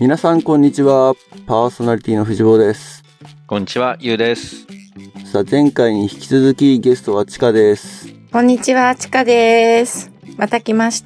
皆さんこんにちは。パーソナリティの藤坊です。 こんにちは、ゆうです。 さあ、前回に引き続きゲストはちかです。 こんにちは、ちかです。また来ました。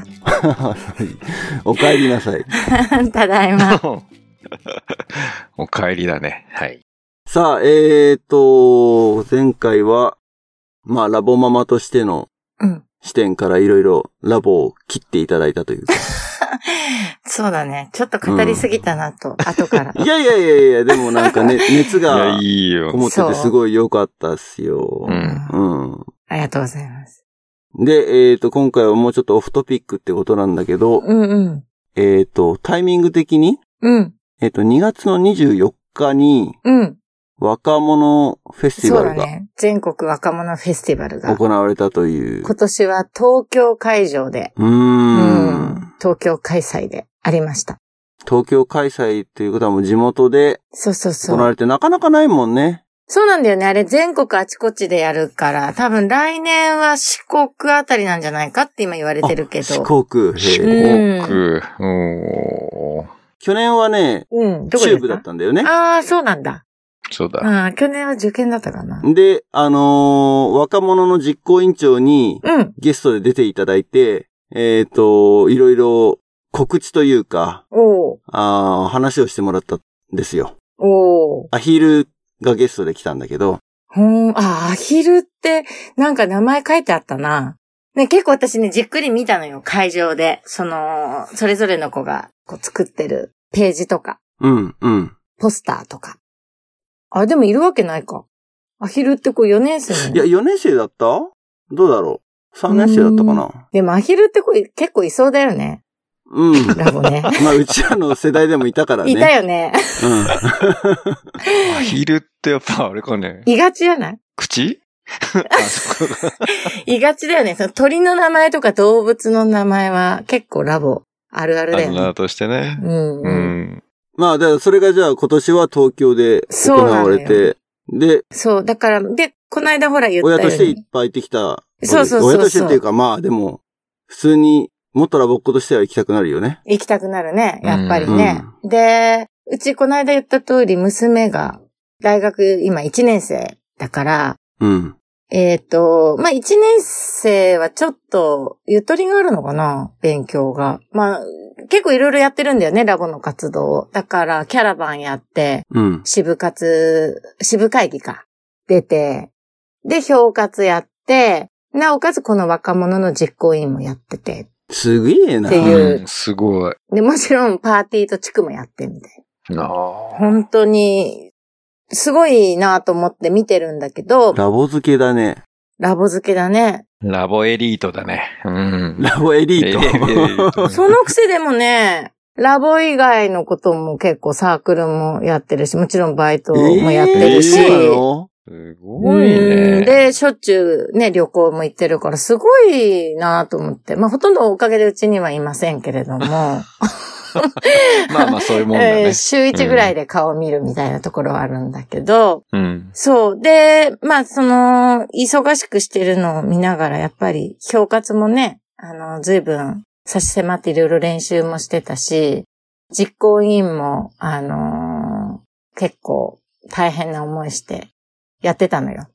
お帰りなさい。 ただいま。 お帰りだね。はい。 さあ、前回は、ラボママとしての視点からいろいろラボを切っていただいたというか。 そうだね。ちょっと語りすぎたなと、後から。 いや、でもなんかね、熱がこもっててすごい良かったっすよ。 ありがとうございます。 で、今回はもうちょっとオフトピックってことなんだけど、タイミング的に、2月の24日に、若者フェスティバルが、 そうだね。全国若者フェスティバルが行われたという。 今年は東京会場で、東京開催でありました。 東京開催ということはもう地元で行われてなかなかないもんね。 そうなんだよね。あれ全国あちこちでやるから、多分来年は四国あたりなんじゃないかって今言われてるけど。 四国。去年はね、中部だったんだよね。 ああ、そうなんだ。 そうだ。 去年は受験だったかな。 で、若者の実行委員長にゲストで出ていただいて、いろいろ告知というか、話をしてもらったんですよ。アヒルがゲストで来たんだけど。 アヒルってなんか名前書いてあったな。ね、結構私ね、じっくり見たのよ、会場で。それぞれの子がこう作ってるページとか。ポスターとか。あ、でもいるわけないか。アヒルってこう4年生いや、4年生だった？どうだろう ?3 年生だったかな。 でもアヒルってこう結構いそうだよね。ラボね。 うちらの世代でもいたからね。 いたよね。 アヒルってやっぱあれかね。 いがちじゃない？ 口？ いがちだよね。その鳥の名前とか動物の名前は結構ラボあるあるだよね。 あるなとしてね。 だからそれがじゃあ今年は東京で行われて、で、 そう、だから、で、この間ほら言ったように。 親としていっぱい行ってきた。 そう。 親としてっていうかでも、普通に、元ラボっ子としては行きたくなるよね。 行きたくなるね、やっぱりね。で、うちこの間言った通り娘が、大学今1年生だから、1年生はちょっと、ゆとりがあるのかな？勉強が。結構いろいろやってるんだよね、ラボの活動を。だから、キャラバンやって、支部会議か。出て、で、表活やって、なおかつこの若者の実行委員もやってて。 すげえな。 っていう。 すごい。 で、もちろんパーティーと地区もやってみたいな。本当に、すごいなと思って見てるんだけど。 ラボ付けだね。 ラボ付けだね。 ラボエリートだね。 ラボエリート。 そのくせでもね、ラボ以外のことも結構サークルもやってるし、もちろんバイトもやってるし。 すごいね。 で、しょっちゅうね、旅行も行ってるから、すごいなと思って。ほとんどおかげでうちにはいませんけれども。 そういうもんだね。 週1ぐらいで顔を見るみたいなところはあるんだけど、そう。で、忙しくしてるのを見ながら、やっぱり、表活もね、随分差し迫っていろいろ練習もしてたし、実行委員も、結構大変な思いしてやってたのよ。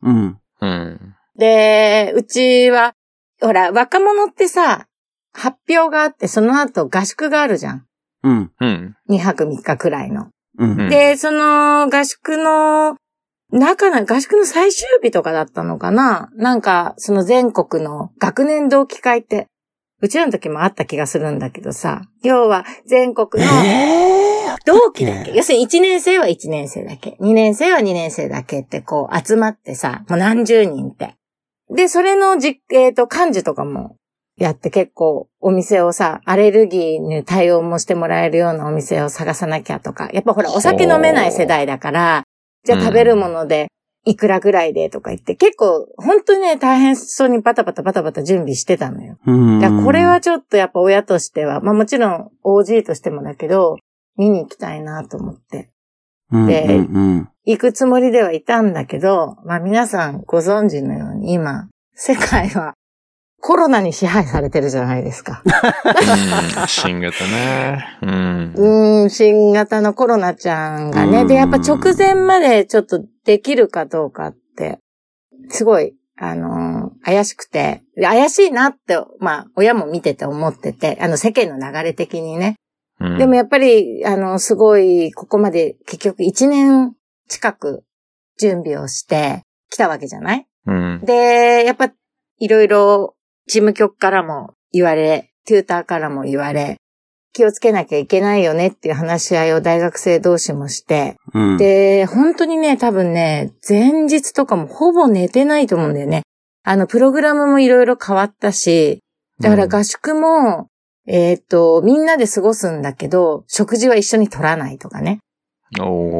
で、うちは、ほら、若者ってさ、発表があって、その後合宿があるじゃん。2泊3日くらいの。で、その合宿の合宿の最終日とかだったのかな？なんか、その全国の学年同期会って、うちらの時もあった気がするんだけどさ、要は全国の同期だけ。要するに1年生は1年生だけ。2年生は2年生だけってこう集まってさ、もう何十人って。で、それの幹事とかもやって結構お店をさ、アレルギーに対応もしてもらえるようなお店を探さなきゃとか、やっぱほらお酒飲めない世代だから、じゃあ食べるものでいくらぐらいでとか言って結構本当にね大変そうにバタバタ準備してたのよ。だからこれはちょっとやっぱ親としては、もちろん OG としてもだけど見に行きたいなと思って。で、行くつもりではいたんだけど、皆さんご存知のように今世界はコロナに支配されてるじゃないですか。 新型ね。 新型のコロナちゃんがね。で、やっぱ直前までちょっとできるかどうかって、すごい、怪しくて、怪しいなって、まあ、親も見てて思ってて、世間の流れ的にね。でもやっぱり、すごい、ここまで結局1年近く準備をしてきたわけじゃない？で、やっぱ、いろいろ、事務局からも言われ、テューターからも言われ、気をつけなきゃいけないよねっていう話し合いを大学生同士もして、で、本当にね、多分ね、前日とかもほぼ寝てないと思うんだよね。プログラムもいろいろ変わったし、だから合宿も、みんなで過ごすんだけど、食事は一緒に取らないとかね。飛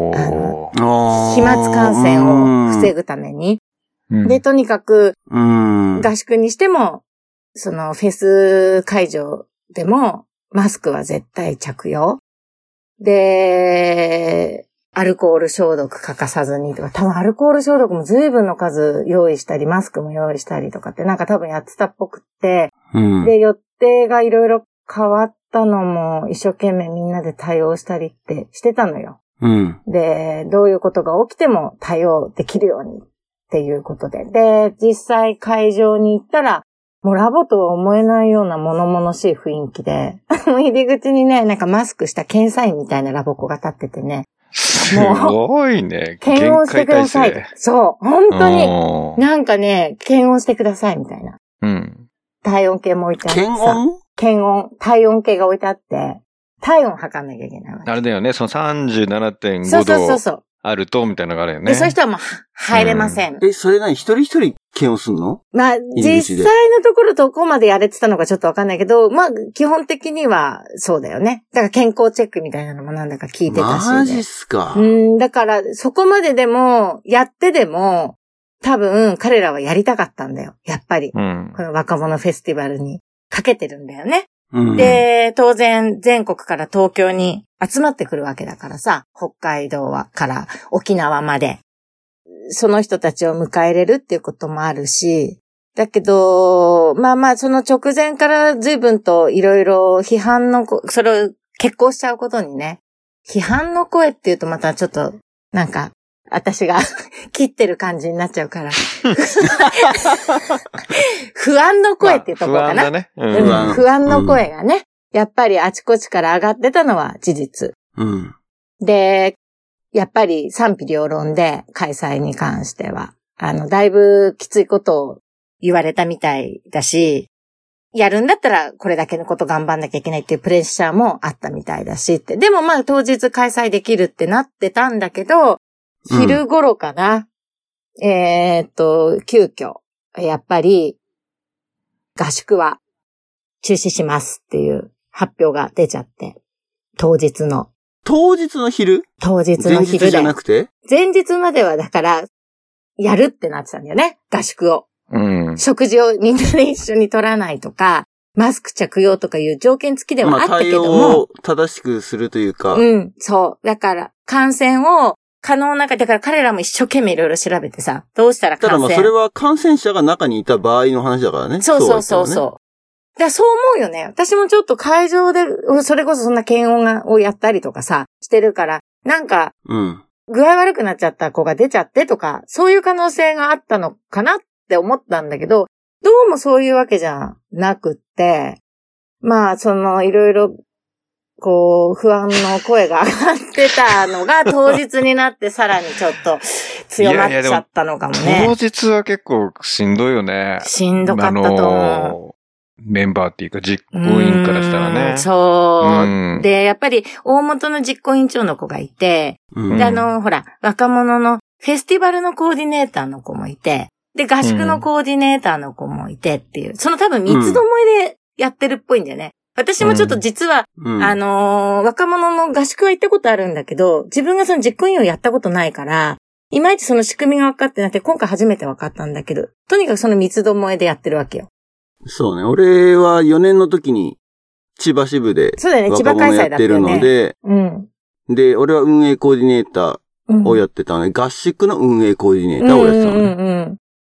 沫感染を防ぐために。で、とにかく、合宿にしても、そのフェス会場でも、マスクは絶対着用。で、アルコール消毒欠かさずにとか、多分アルコール消毒も随分の数用意したり、マスクも用意したりとかってなんか多分やってたっぽくって、で、予定がいろいろ変わったのも一生懸命みんなで対応したりってしてたのよ。で、どういうことが起きても対応できるようにっていうことで。で、実際会場に行ったら、もうラボとは思えないような物々しい雰囲気で、入り口にね、なんかマスクした検査員みたいなラボ子が立っててね。 すごいね。 検温してください。そう、本当に。なんかね、検温してくださいみたいな。体温計も置いてあってさ。検温体温計が置いてあって、体温測んなきゃいけないわけ。 あれだよね、その 37.5 度。そう。あると、みたいなのがあるよね。 で、そういう人はもう入れません。 それ何一人一人検温すんの？ まあ、実際のところどこまでやれてたのかちょっとわかんないけど、まあ、基本的にはそうだよね。だから健康チェックみたいなのもなんだか聞いてたし。 マジっすか。 だから、そこまででも、やってでも、多分、彼らはやりたかったんだよ。やっぱり。この若者フェスティバルにかけてるんだよね。で、当然、全国から東京に集まってくるわけだからさ、北海道から沖縄まで、その人たちを迎え入れるっていうこともあるし、だけど、まあまあ、その直前から随分といろいろ批判の、それを決行しちゃうことにね、批判の声っていうとまたちょっと、なんか、私が切ってる感じになっちゃうから。不安の声っていうところかな。不安だね。不安の声がね、やっぱりあちこちから上がってたのは事実。で、やっぱり賛否両論で開催に関しては、だいぶきついことを言われたみたいだし、やるんだったらこれだけのこと頑張んなきゃいけないっていうプレッシャーもあったみたいだしって。でもまあ当日開催できるってなってたんだけど、昼頃かな。急遽、やっぱり、合宿は中止しますっていう発表が出ちゃって、当日の昼？当日の昼で。前日じゃなくて？ 前日まではだから、やるってなってたんだよね、合宿を。食事をみんなで一緒に取らないとか、マスク着用とかいう条件付きではあったけども。 対応を正しくするというか。 そう。だから、感染を、可能なだから彼らも一生懸命いろいろ調べてさ、どうしたら感染。 ただまあそれは感染者が中にいた場合の話だからね。 そう。だからそう思うよね。私もちょっと会場で、それこそそんな検温をやったりとかさ、してるから、なんか、具合悪くなっちゃった子が出ちゃってとか、そういう可能性があったのかなって思ったんだけど、どうもそういうわけじゃなくって、まあ、いろいろ、こう、不安の声が上がってたのが当日になってさらにちょっと強まっちゃったのかもね。 当日は結構しんどいよね。 しんどかったと思う。メンバーっていうか実行委員からしたらね。 そう。で、やっぱり大元の実行委員長の子がいて、で、ほら、若者のフェスティバルのコーディネーターの子もいて、で、合宿のコーディネーターの子もいてっていう、その多分三つどもえでやってるっぽいんだよね。私もちょっと実は、若者の合宿は行ったことあるんだけど、自分がその実行委員をやったことないから、いまいちその仕組みが分かってなくて、今回初めて分かったんだけど、とにかくその三つどもえでやってるわけよ。 そうね。俺は4年の時に千葉支部で若者やってるので、 で、俺は運営コーディネーターをやってたので、合宿の運営コーディネーターをやってたのね。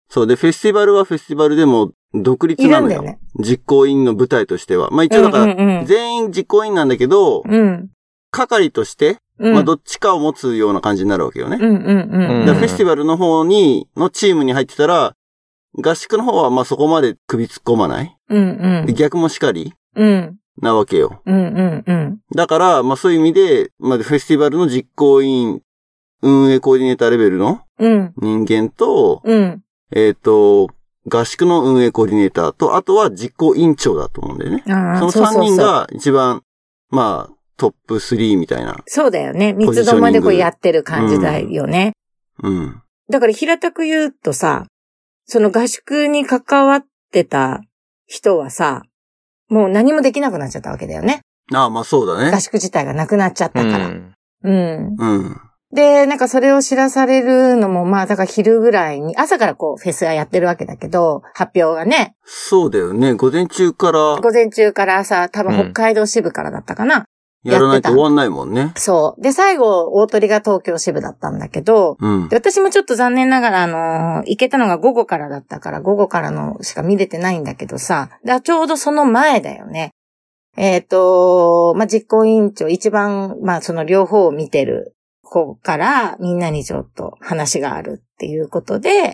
そうで、フェスティバルはフェスティバルでも独立なのよ。ね、実行委員の舞台としては。まあ一応だから、全員実行委員なんだけど、係として、まあどっちかを持つような感じになるわけよね。フェスティバルの方のチームに入ってたら、合宿の方はまあそこまで首突っ込まない。で逆もしかり。なわけよ。だから、まあそういう意味で、まあフェスティバルの実行委員、運営コーディネーターレベルの人間と、合宿の運営コーディネーターと、あとは実行委員長だと思うんだよね。その3人が一番、まあ、トップ3みたいな。 そうだよね。三つどもでこうやってる感じだよね。だから平たく言うとさ、その合宿に関わってた人はさ、もう何もできなくなっちゃったわけだよね。 ああ、まあそうだね。 合宿自体がなくなっちゃったから。で、なんかそれを知らされるのも、まあだから昼ぐらいに、朝からこうフェスはやってるわけだけど、発表がね。 そうだよね。午前中から朝、多分北海道支部からだったかな。 やらないと終わんないもんね。 そう。で、最後、大鳥が東京支部だったんだけど、で私もちょっと残念ながら、行けたのが午後からだったから、午後からのしか見れてないんだけどさ、ちょうどその前だよね。まあ、実行委員長、一番、まあ、その両方を見てる子から、みんなにちょっと話があるっていうことで、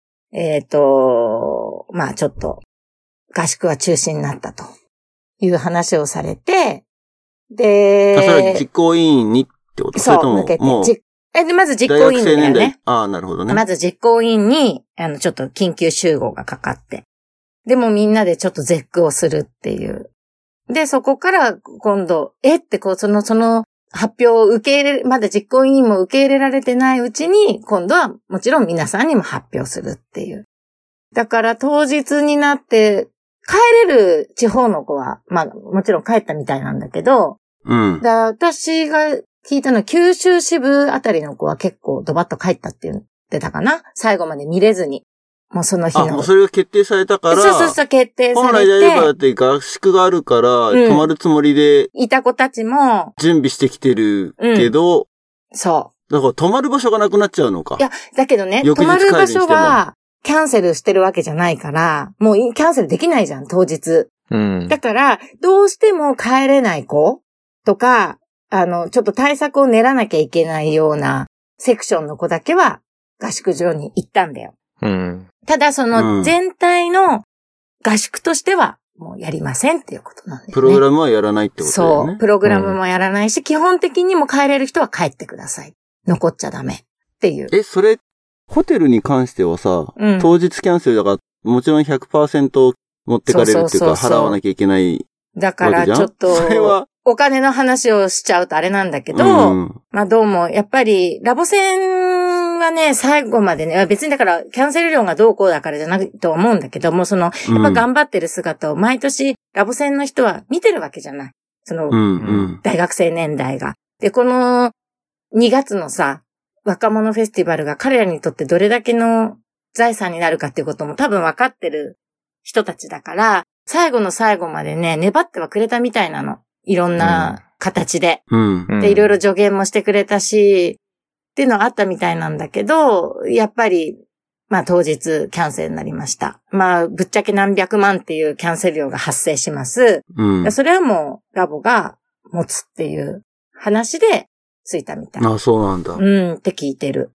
まあ、ちょっと、合宿は中止になったという話をされて、で、 それは実行委員にってこと？それとも、もうまず実行委員だよね。 ああ、なるほどね。 まず実行委員に、ちょっと緊急集合がかかって。でもみんなでちょっと絶句をするっていう。で、そこから今度、ってこう、その発表をまだ実行委員も受け入れられてないうちに、今度はもちろん皆さんにも発表するっていう。だから当日になって、帰れる地方の子は、まあもちろん帰ったみたいなんだけど、私が聞いたのは九州支部あたりの子は結構ドバッと帰ったって言ってたかな。最後まで見れずに。もうその日の。 もうそれが決定されたから。 そう、決定されて。 本来であればだって合宿があるから、泊まるつもりで。 いた子たちも。 準備してきてるけど。 そう。 だから泊まる場所がなくなっちゃうのか。 いや、だけどね、泊まる場所はキャンセルしてるわけじゃないから、もうキャンセルできないじゃん、当日。だから、どうしても帰れない子とか、ちょっと対策を練らなきゃいけないようなセクションの子だけは合宿場に行ったんだよ。ただその全体の合宿としてはもうやりませんっていうことなんだよね。 プログラムはやらないってことだよね。 そう。プログラムもやらないし、基本的にも帰れる人は帰ってください。残っちゃダメっていう。 それ、ホテルに関してはさ、当日キャンセルだからもちろん 100% 持ってかれるっていうか払わなきゃいけないだからちょっと、それはお金の話をしちゃうとあれなんだけど、まあどうも、やっぱり、ラボ戦はね、最後までね、別にだから、キャンセル料がどうこうだからじゃないと思うんだけども、やっぱ頑張ってる姿を毎年、ラボ戦の人は見てるわけじゃない。大学生年代が。で、この2月のさ、若者フェスティバルが彼らにとってどれだけの財産になるかっていうことも多分分かってる人たちだから、最後の最後までね、粘ってはくれたみたいなの。いろんな形で。で、いろいろ助言もしてくれたし、っていうのがあったみたいなんだけど、やっぱり、まあ当日キャンセルになりました。まあ、ぶっちゃけ何百万っていうキャンセル料が発生します。それはもうラボが持つっていう話でついたみたい。 あ、そうなんだ。 って聞いてる。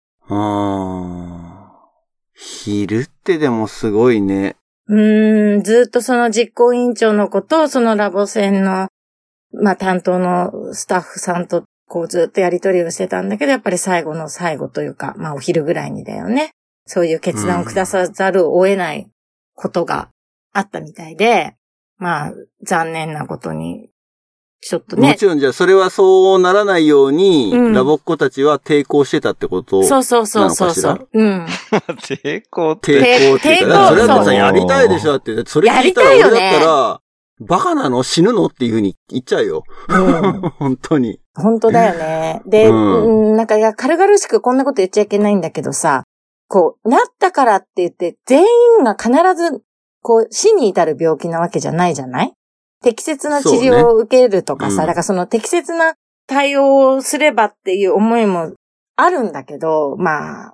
昼ってでもすごいね。 ずっとその実行委員長の子と、そのラボ戦の、まあ担当のスタッフさんと、こうずっとやり取りをしてたんだけど、やっぱり最後の最後というか、まあお昼ぐらいにだよね。そういう決断を下さざるを得ないことがあったみたいで、まあ残念なことに、ちょっとね。 もちろんじゃあそれはそうならないように、ラボっ子たちは抵抗してたってことなのかしら？ そう。 抵抗って。 それだってさ、やりたいでしょって。それ聞いたら俺だったら、バカなの？死ぬの？っていう風に言っちゃうよ。本当に。 本当だよね。で、なんか軽々しくこんなこと言っちゃいけないんだけどさ、こう、なったからって言って、全員が必ず、こう、死に至る病気なわけじゃないじゃない？適切な治療を受けるとかさ、だからその適切な対応をすればっていう思いもあるんだけど、まあ、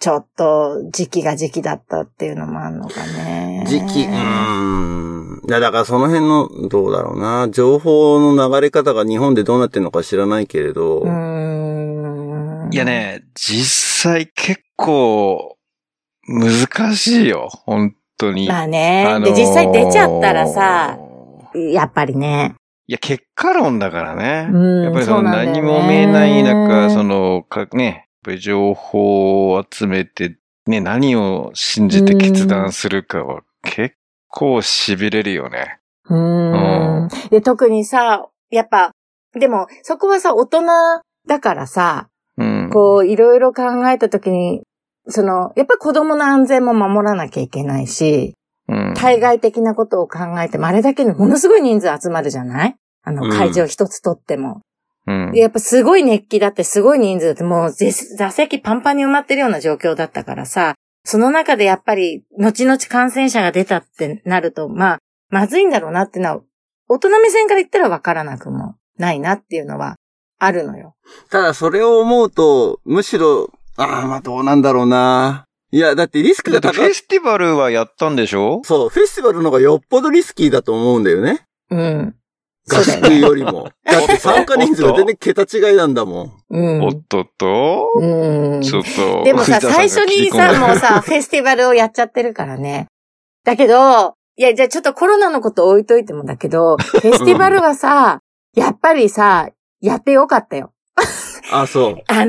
ちょっと時期が時期だったっていうのもあるのかね。 時期、いや、だからその辺の、どうだろうな。情報の流れ方が日本でどうなってるのか知らないけれど。 いやね、実際結構難しいよ。本当に。 まあね。で、実際出ちゃったらさ、やっぱりね。 いや、結果論だからね。やっぱりその何も見えない中、ね、情報を集めて、ね、何を信じて決断するかは結構痺れるよね。 で、特にさ、やっぱ、でも、そこはさ、大人だからさ、こう、いろいろ考えたときに、やっぱり子供の安全も守らなきゃいけないし、対外的なことを考えても、あれだけのものすごい人数集まるじゃない？会場一つとっても。やっぱすごい熱気だってすごい人数だってもう座席パンパンに埋まってるような状況だったからさ、その中でやっぱり後々感染者が出たってなると、まずいんだろうなっていうのは、大人目線から言ったらわからなくもないなっていうのはあるのよ。 ただそれを思うと、むしろ、どうなんだろうな。いや、だってリスクが高い。 フェスティバルはやったんでしょ？ そう、フェスティバルの方がよっぽどリスキーだと思うんだよね。合宿よりも。だって参加人数が全然桁違いなんだもん。おっとっとちょっと。 でもさ、最初にさ、もうさ、フェスティバルをやっちゃってるからね。だけど、いや、じゃあちょっとコロナのこと置いといてもだけど、フェスティバルはさ、やっぱりさ、やってよかったよ。 そう。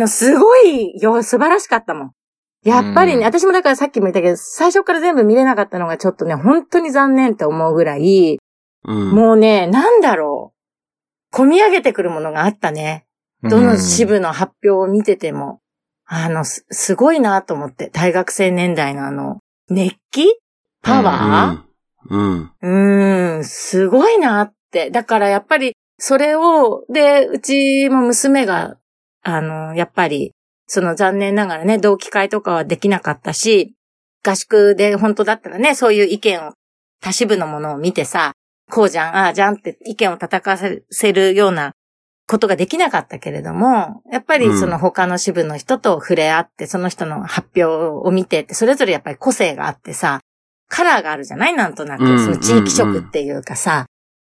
すごいよ、素晴らしかったもん。やっぱりね、私もだからさっきも言ったけど、最初から全部見れなかったのがちょっとね、本当に残念って思うぐらい、もうね、なんだろう。込み上げてくるものがあったね。どの支部の発表を見てても。すごいなと思って。大学生年代の熱気？パワー？すごいなって。だからやっぱり、それを、で、うちも娘が、やっぱり、残念ながらね、同期会とかはできなかったし、合宿で本当だったらね、そういう意見を、他支部のものを見てさ、こうじゃん、ああじゃんって意見を戦わせるようなことができなかったけれども、やっぱり他の支部の人と触れ合って、その人の発表を見てって、それぞれやっぱり個性があってさ、カラーがあるじゃない？なんとなく、その地域色っていうかさ、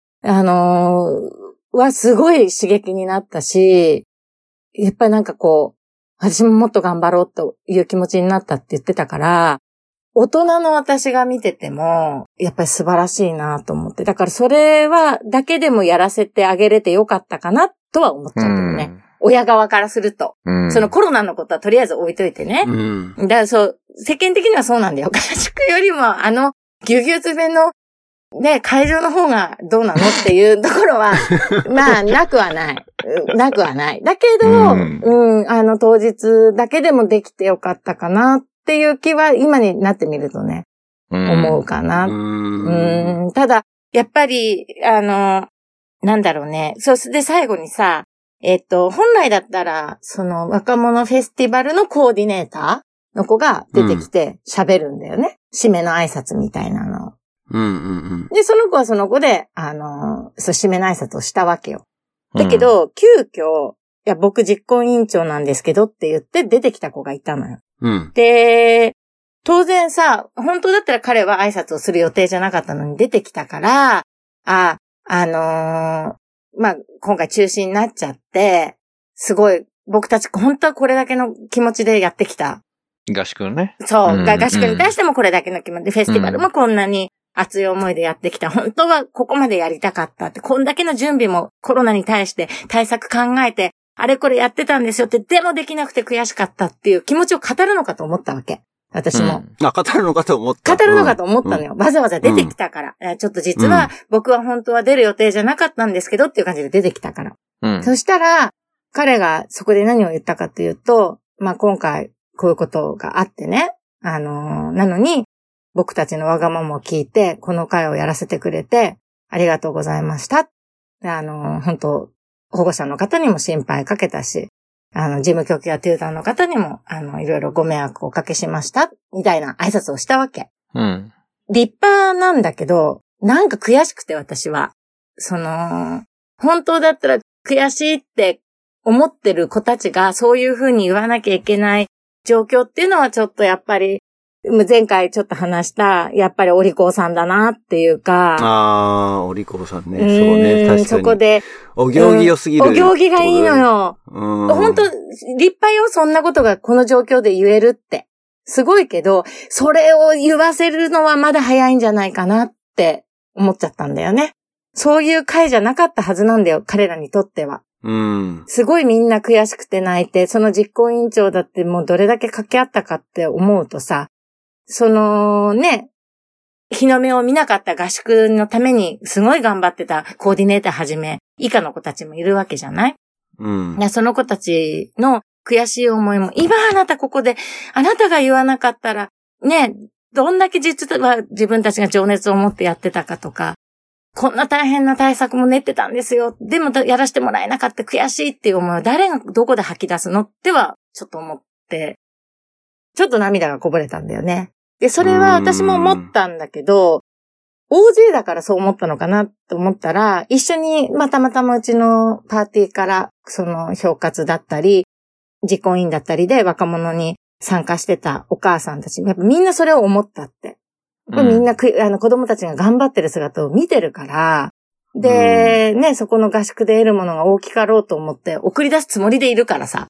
はすごい刺激になったし、やっぱりなんかこう、私ももっと頑張ろうという気持ちになったって言ってたから、大人の私が見てても、やっぱり素晴らしいなと思って。だからそれは、だけでもやらせてあげれてよかったかなとは思っちゃうけどね。親側からすると。そのコロナのことはとりあえず置いといてね。だから世間的にはそうなんだよ。合宿よりもぎゅうぎゅう詰めの、ね、会場の方がどうなのっていうところは、なくはない。なくはない。だけど、当日だけでもできてよかったかなっていう気は今になってみるとね、思うかな。ただ、やっぱり、なんだろうね。で、最後にさ、本来だったら、若者フェスティバルのコーディネーターの子が出てきて喋るんだよね。締めの挨拶みたいなの。で、その子はその子で、締めの挨拶をしたわけよ。だけど、急遽、いや、僕実行委員長なんですけどって言って出てきた子がいたのよ。で、当然さ、本当だったら彼は挨拶をする予定じゃなかったのに出てきたから、今回中止になっちゃって、すごい、僕たち本当はこれだけの気持ちでやってきた。 合宿ね。 そう、合宿に対してもこれだけの気持ちで、フェスティバルもこんなに熱い思いでやってきた。本当はここまでやりたかったって、こんだけの準備もコロナに対して対策考えて、あれこれやってたんですよって、でもできなくて悔しかったっていう気持ちを語るのかと思ったわけ。私も。 語るのかと思った。 語るのかと思ったのよ。わざわざ出てきたから。ちょっと実は、僕は本当は出る予定じゃなかったんですけどっていう感じで出てきたから。そしたら、彼がそこで何を言ったかっていうと、今回こういうことがあってね。なのに、僕たちのわがままを聞いて、この会をやらせてくれて、ありがとうございました。で、本当保護者の方にも心配かけたし、事務局やテューターの方にも、いろいろご迷惑をおかけしました、みたいな挨拶をしたわけ。立派なんだけど、なんか悔しくて私は。本当だったら悔しいって思ってる子たちがそういう風に言わなきゃいけない状況っていうのはちょっとやっぱり、前回ちょっと話した、やっぱりお利口さんだなっていうか。 ああ、お利口さんね。そうね、確かに。 そこで。 お行儀良すぎる。 お行儀がいいのよ。本当立派よ、そんなことがこの状況で言えるって。すごいけど、それを言わせるのはまだ早いんじゃないかなって思っちゃったんだよね。そういう回じゃなかったはずなんだよ、彼らにとっては。すごいみんな悔しくて泣いて、その実行委員長だってもうどれだけ掛け合ったかって思うとさ、そのね、日の目を見なかった合宿のためにすごい頑張ってたコーディネーターはじめ、以下の子たちもいるわけじゃない？その子たちの悔しい思いも、今あなたここで、あなたが言わなかったら、ね、どんだけ実は自分たちが情熱を持ってやってたかとか、こんな大変な対策も練ってたんですよ。でもやらせてもらえなかった悔しいっていう思いを誰がどこで吐き出すのってはちょっと思って、ちょっと涙がこぼれたんだよね。で、それは私も思ったんだけど、OJ だからそう思ったのかなと思ったら、一緒にたまたまうちのパーティーからその評活だったり、実行委員だったりで若者に参加してたお母さんたち、やっぱみんなそれを思ったって。みんな子供たちが頑張ってる姿を見てるから、で、ね、そこの合宿で得るものが大きかろうと思って送り出すつもりでいるからさ。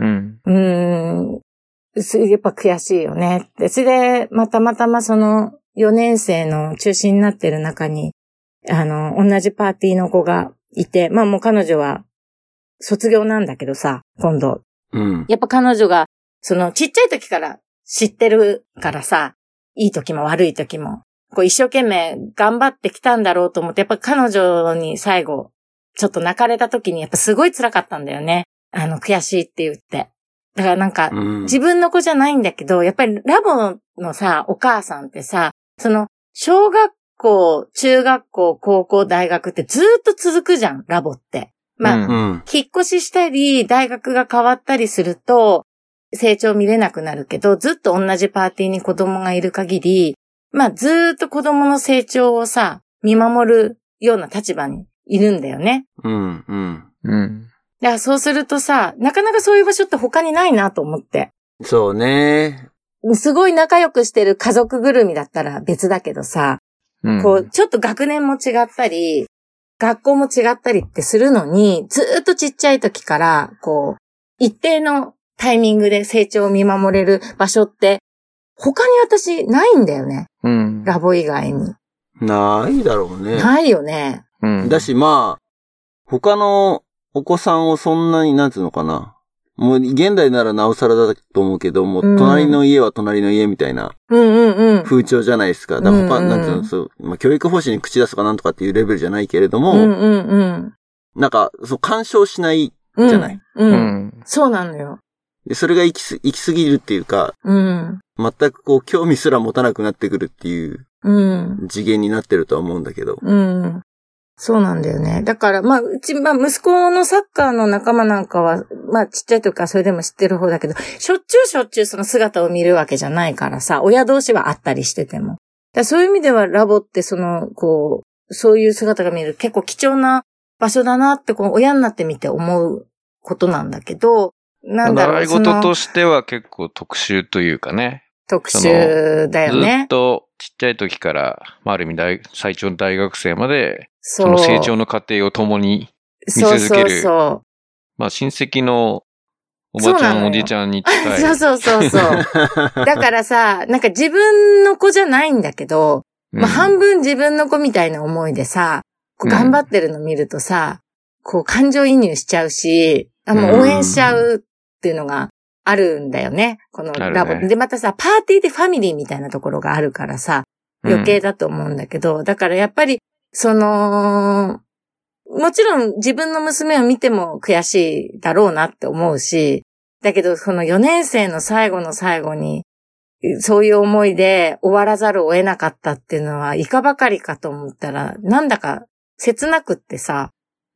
やっぱ悔しいよね。で、それで、たまたまその4年生の中心になってる中に、同じパーティーの子がいて、もう彼女は卒業なんだけどさ、今度。やっぱ彼女が、そのちっちゃい時から知ってるからさ、いい時も悪い時も、こう一生懸命頑張ってきたんだろうと思って、やっぱ彼女に最後、ちょっと泣かれた時にやっぱすごい辛かったんだよね。悔しいって言って。だからなんか、自分の子じゃないんだけど、やっぱりラボのさ、お母さんってさ、その、小学校、中学校、高校、大学ってずーっと続くじゃん、ラボって。引っ越ししたり、大学が変わったりすると、成長見れなくなるけど、ずっと同じパーティーに子供がいる限り、ずーっと子供の成長をさ、見守るような立場にいるんだよね。だからそうするとさ、なかなかそういう場所って他にないなと思って。 そうね。 すごい仲良くしてる家族ぐるみだったら別だけどさ、こう、ちょっと学年も違ったり、学校も違ったりってするのに、ずーっとちっちゃい時から、こう、一定のタイミングで成長を見守れる場所って、他に私ないんだよね。ラボ以外に。 ないだろうね。 ないよね。 だし他のお子さんをそんなに、なんつうのかな。もう現代ならなおさらだと思うけど、もう隣の家は隣の家みたいな風潮じゃないですか。だからなんつうの、そう、教育方針に口出すとかなんとかっていうレベルじゃないけれども、なんか、干渉しないじゃない。 そうなのよ。 で、それが行き過ぎるっていうか、全くこう、興味すら持たなくなってくるっていう、次元になってるとは思うんだけど。 そうなんだよね。だから、うち、息子のサッカーの仲間なんかは、ちっちゃい時からそれでも知ってる方だけど、しょっちゅうその姿を見るわけじゃないからさ、親同士は会ったりしてても。そういう意味ではラボってそういう姿が見る結構貴重な場所だなって、親になってみて思うことなんだけど、 習い事としては結構特殊というかね。 特殊だよね。 ずっとちっちゃい時から、ある意味最長の大学生まで、その成長の過程を共に見続ける。親戚のおばちゃんおじちゃんに近い。 そう。だからさ、なんか自分の子じゃないんだけど、半分自分の子みたいな思いでさ、頑張ってるの見るとさ、感情移入しちゃうし、もう応援しちゃうっていうのがあるんだよね。このラボ。で、またさ、パーティーでファミリーみたいなところがあるからさ、余計だと思うんだけど、だからやっぱり、もちろん自分の娘を見ても悔しいだろうなって思うし、だけどその4年生の最後の最後に、そういう思いで終わらざるを得なかったっていうのは、いかばかりかと思ったら、なんだか切なくってさ。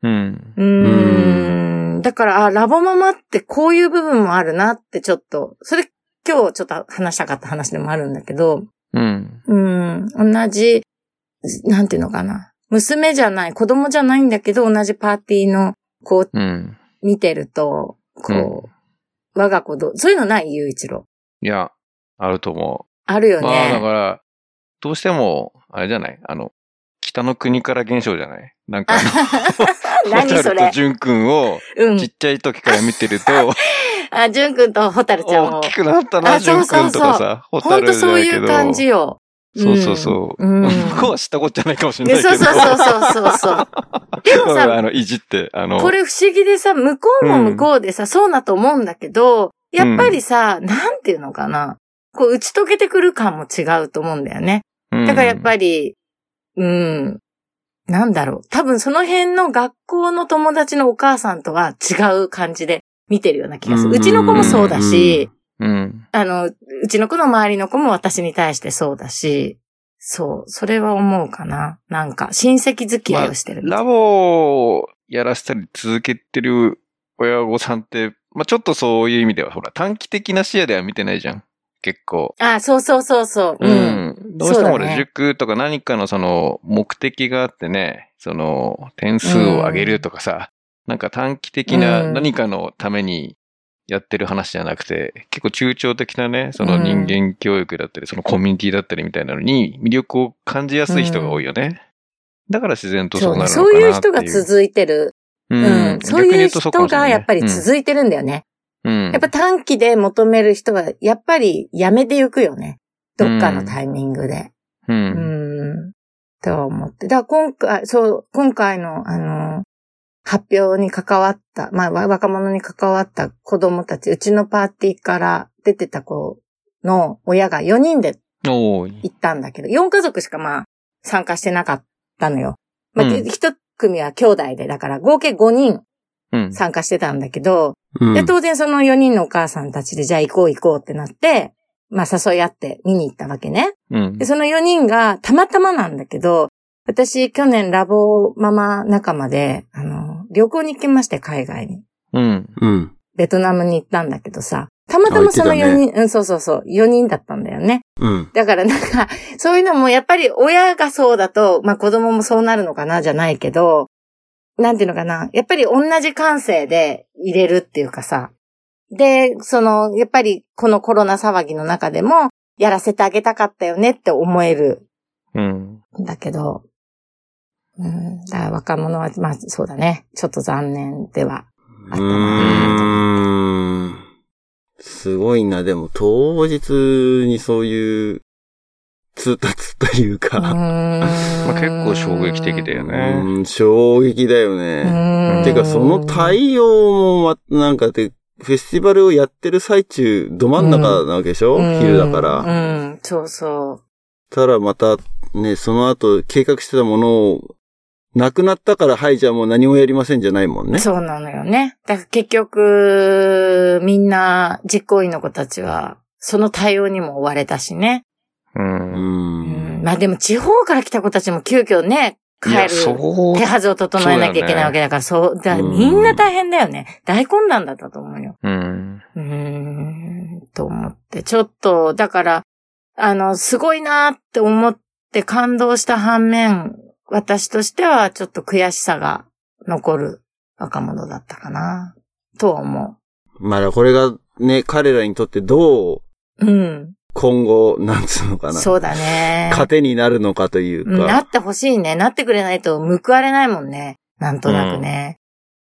だから、ラボママってこういう部分もあるなってちょっと、それ今日ちょっと話したかった話でもあるんだけど、同じ、なんていうのかな。娘じゃない、子供じゃないんだけど、同じパーティーの、見てると、 我が子そういうのない雄一郎。 いや、あると思う。 あるよね。 まあだから、どうしても、あれじゃない北の国から現象じゃないなんか何それ。 ホタルと淳くんを、ちっちゃい時から見てると、 淳くんとホタルちゃんも。 大きくなったな、淳くんとかさ、ホタルじゃないけど。 ほんとそういう感じよ。 そうそうそう。向こうは知ったことじゃないかもしれないけど。 そう。でもさ、 いじって、 これ不思議でさ、向こうも向こうでさ、そうだと思うんだけど、やっぱりさ、なんていうのかな。こう、打ち解けてくる感も違うと思うんだよね。だからやっぱり、なんだろう。多分その辺の学校の友達のお母さんとは違う感じで見てるような気がする。うちの子もそうだし、うちの子の周りの子も私に対してそうだし、そう、それは思うかな。なんか、親戚付き合いをしてる。 ラボをやらせたり続けてる親御さんって、ちょっとそういう意味では、ほら、短期的な視野では見てないじゃん。結構。 そう。どうしても俺、塾とか何かのその、目的があってね、その、点数を上げるとかさ、なんか短期的な何かのためにやってる話じゃなくて、結構中長的なね、その人間教育だったり、そのコミュニティだったりみたいなのに魅力を感じやすい人が多いよね。だから自然とそうなるのかなっていう。 そういう人が続いてる。そういう人がやっぱり続いてるんだよね。やっぱ短期で求める人は、やっぱりやめていくよね。どっかのタイミングで。と思って。だから今回の発表に関わった、若者に関わった子供たち、うちのパーティーから出てた子の親が4人で行ったんだけど、4家族しか参加してなかったのよ。一組は兄弟で、だから合計5人参加してたんだけど、で、当然その4人のお母さんたちで、じゃあ行こうってなって、誘い合って見に行ったわけね。で、その4人がたまたまなんだけど、私去年ラボママ仲間で、旅行に行きまして、海外に。ベトナムに行ったんだけどさ、たまたまその4人、4人だったんだよね。だからなんか、そういうのもやっぱり親がそうだと、子供もそうなるのかなじゃないけど、なんていうのかな。やっぱり同じ感性で入れるっていうかさ。で、やっぱりこのコロナ騒ぎの中でも、やらせてあげたかったよねって思える。だけど、だから若者は、そうだね。ちょっと残念ではあったな。 すごいな。でも当日にそういう通達というか。 結構衝撃的だよね。 衝撃だよね。てかその対応もなんかフェスティバルをやってる最中、ど真ん中なわけでしょ、昼だから。 そうそう。 ただまたね、その後計画してたものをなくなったから、はい、じゃあもう何もやりませんじゃないもんね。 そうなのよね。だから結局、みんな実行委員の子たちは、その対応にも追われたしね。でも地方から来た子たちも急遽ね、帰る手はずを整えなきゃいけないわけだから、みんな大変だよね。大混乱だったと思うよ。と思って。ちょっと、だから、すごいなって思って感動した反面、私としてはちょっと悔しさが残る若者だったかな、とは思う。これがね、彼らにとってどう、今後、なんつうのかな。 そうだね。 糧になるのかというか。 なってほしいね。なってくれないと報われないもんね。なんとなくね。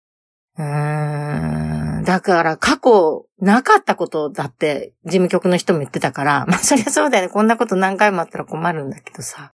だから過去なかったことだって事務局の人も言ってたから、そりゃそうだよね。こんなこと何回もあったら困るんだけどさ。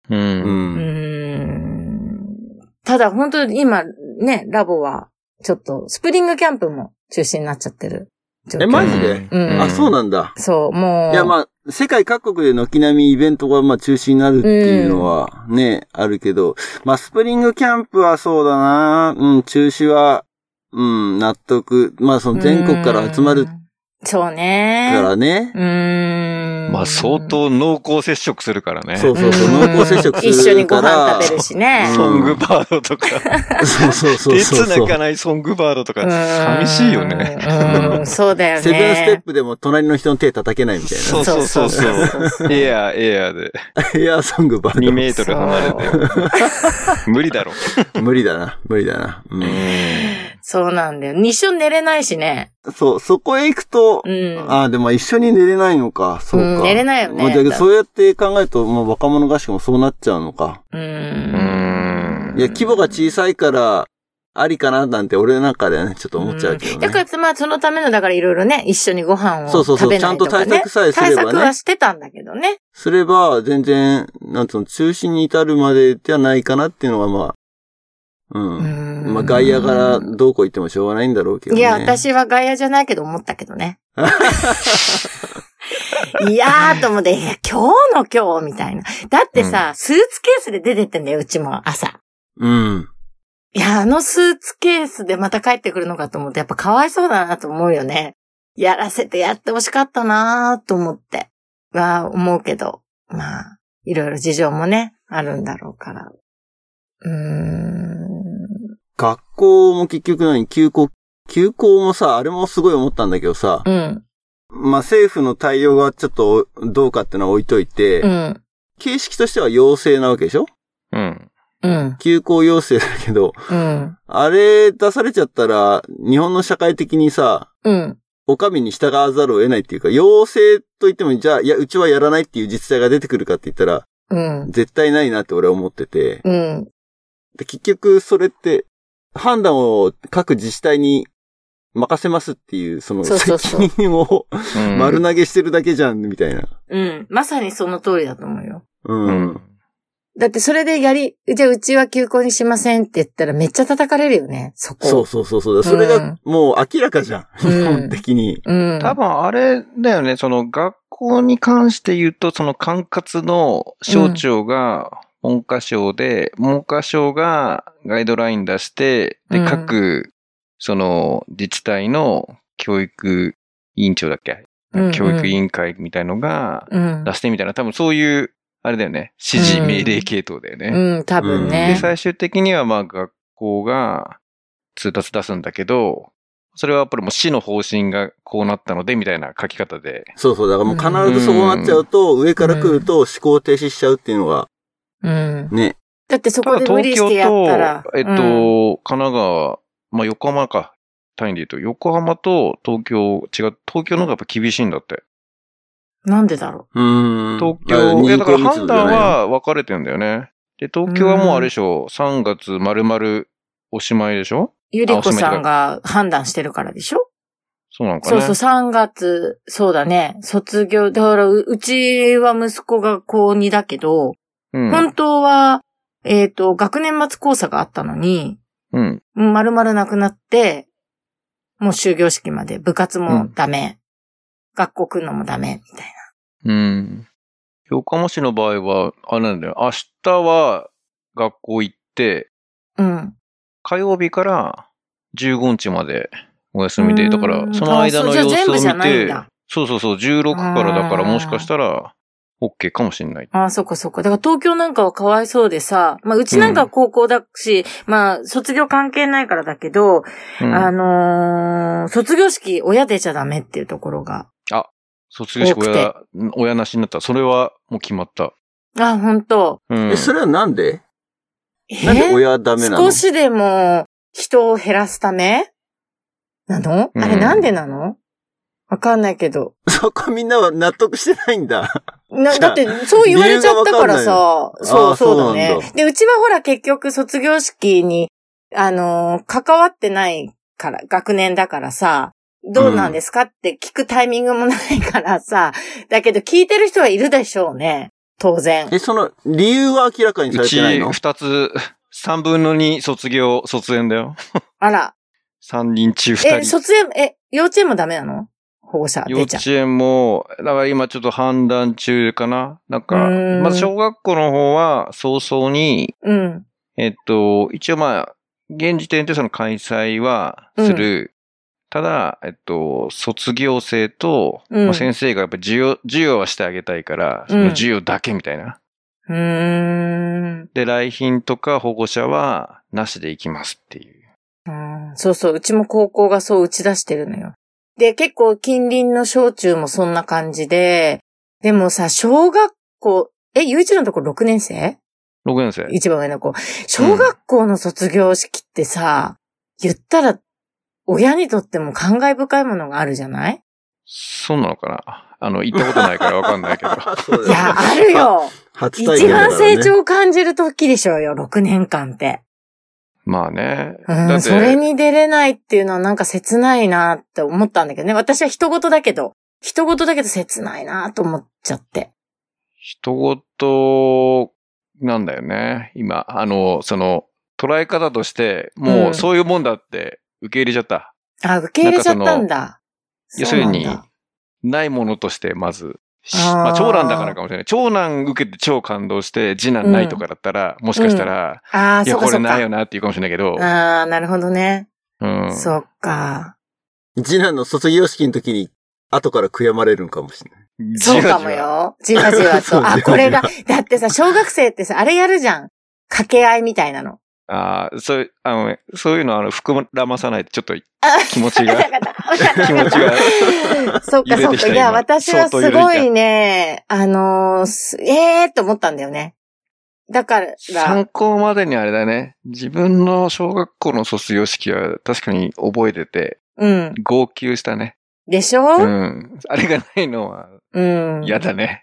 ただ本当に今ね、ラボはちょっとスプリングキャンプも中止になっちゃってる。 マジで？そうなんだ。 そう、もう。 いや、世界各国で軒並みイベントが中止になるっていうのはね、あるけど、スプリングキャンプはそうだな、中止は、納得。その全国から集まる。 そうね。 からね。 相当濃厚接触するからね。 そう、濃厚接触するから。 一緒にご飯食べるしね。 ソングバードとか。そう。手繋がないソングバードとか、寂しいよね。 そうだよね。 セブンステップでも隣の人の手叩けないみたいな。 そう。エアで。 エアソングバード。 2メートル離れて。無理だろ。 無理だな。 そうなんだよ。一緒寝れないしね。 そう、そこへ行くと、 ど、でも一緒に寝れないのか、そうか。 寝れないよね。 じゃあそうやって考えると、若者合宿もそうなっちゃうのか。いや、規模が小さいから、ありかななんて俺の中ではね、ちょっと思っちゃうけどね。 だからそのための、だからいろいろね、一緒にご飯を食べないとか、ね。 ちゃんと対策さえすればね。 対策はしてたんだけどね。 すれば、全然、中止に至るまでではないかなっていうのが外野からどこ行ってもしょうがないんだろうけどね。 いや、私は外野じゃないけど思ったけどね。いやーと思って、今日みたいな。だってさ、スーツケースで出てってんだよ、うちも朝。いや、スーツケースでまた帰ってくるのかと思って、やっぱかわいそうだなと思うよね。やらせてやってほしかったなーと思って。思うけど。いろいろ事情もね、あるんだろうから。 学校も結局休校もさ、あれもすごい思ったんだけどさ。政府の対応がちょっとどうかってのは置いといて、形式としては要請なわけでしょ？休校要請だけど、あれ出されちゃったら、日本の社会的にさ、お上に従わざるを得ないっていうか、要請と言っても、じゃあ、いや、うちはやらないっていう自治体が出てくるかって言ったら、絶対ないなって俺は思ってて、で結局それって、判断を各自治体に任せますっていう、その責任を丸投げしてるだけじゃん、みたいな。 まさにその通りだと思うよ。だってそれでじゃあうちは休校にしませんって言ったらめっちゃ叩かれるよね、そこ。そう。 それがもう明らかじゃん、基本的に。 多分あれだよね、その学校に関して言うと、その管轄の省庁が文科省で、文科省がガイドライン出して、で、各、その自治体の教育委員長だっけ、教育委員会みたいのが出してみたいな、多分そういう、あれだよね。指示命令系統だよね。 多分ね。 で、最終的には学校が通達出すんだけど、それはやっぱりもう市の方針がこうなったので、みたいな書き方で。 そう。だからもう必ずそうなっちゃうと、上から来ると思考停止しちゃうっていうのが。ね。 だってそこで無理してやったら。 神奈川、横浜か。単位で言うと、横浜と東京、東京の方がやっぱ厳しいんだって。 なんでだろう。 東京、だから判断は分かれてるんだよね。で、東京はもうあれでしょ、3月丸々おしまいでしょ？ ゆりこさんが判断してるからでしょ？ そうなのかね。 そう、3月、そうだね。卒業、だからうちは息子が高2だけど、本当は、学年末考査があったのに、丸々なくなって、もう終業式まで部活もダメ。学校来るのもダメ、みたいな。横浜市の場合は、あれなんだよ。明日は学校行って、火曜日から15日までお休みで、だからその間の様子を見て、そう、16からだからもしかしたら OK かもしれない。 そっか。だから東京なんかはかわいそうでさ、うちなんかは高校だし、卒業関係ないからだけど、卒業式親出ちゃダメっていうところが。 卒業式親なしになった。それはもう決まった。 本当。 それはなんで？なんで親ダメなの？ 少しでも人を減らすためなの？あれなんでなの？わかんないけど。 そこみんなは納得してないんだ。 だってそう言われちゃったからさ。そうだね。で、うちはほら結局卒業式に、関わってないから、学年だからさ、どうなんですかって聞くタイミングもないからさ、だけど聞いてる人はいるでしょうね。当然。 その理由は明らかにされてないの？ うち2つ、3分の2卒園だよ。 あら。 3人中2人。 幼稚園もダメなの？保護者幼稚園も、だから今ちょっと判断中かな。まず小学校の方は早々に、一応現時点でその開催はする。ただ、卒業生と、先生がやっぱ授業はしてあげたいから、その授業だけみたいな。で、来賓とか保護者はなしで行きますっていう。 そう、うちも高校がそう打ち出してるのよ。で、結構近隣の小中もそんな感じで、でもさ、小学校、ゆういちのとこ6年生？ 6 年生。 一番上の子。小学校の卒業式ってさ、言ったら、親にとっても感慨深いものがあるじゃない？ そうなのかな？行ったことないからわかんないけど。 いや、あるよ。初体験だからね。一番成長を感じる時でしょうよ、6年間って。 まあね。 それに出れないっていうのはなんか切ないなって思ったんだけどね。私は人事だけど切ないなと思っちゃって。 人事なんだよね。今、捉え方として、もうそういうもんだって受け入れちゃった。 受け入れちゃったんだ。 要するに、ないものとしてまず、まあ長男だからかもしれない。長男受けて超感動して、次男ないとかだったら、もしかしたら、いや、これないよなって言うかもしれないけど。 なるほどね。そっか。 次男の卒業式の時に、後から悔やまれるんかもしれない。 そうかもよ。じわじわと。これが、だってさ、小学生ってさ、あれやるじゃん。掛け合いみたいなの。 そういうの膨らまさないとちょっと気持ちが。気持ちが。 そっかそっか。いや、私はすごいね、と思ったんだよね。だから。 参考までにあれだね。自分の小学校の卒業式は確かに覚えてて、号泣したね。 でしょ？ あれがないのは、嫌だね。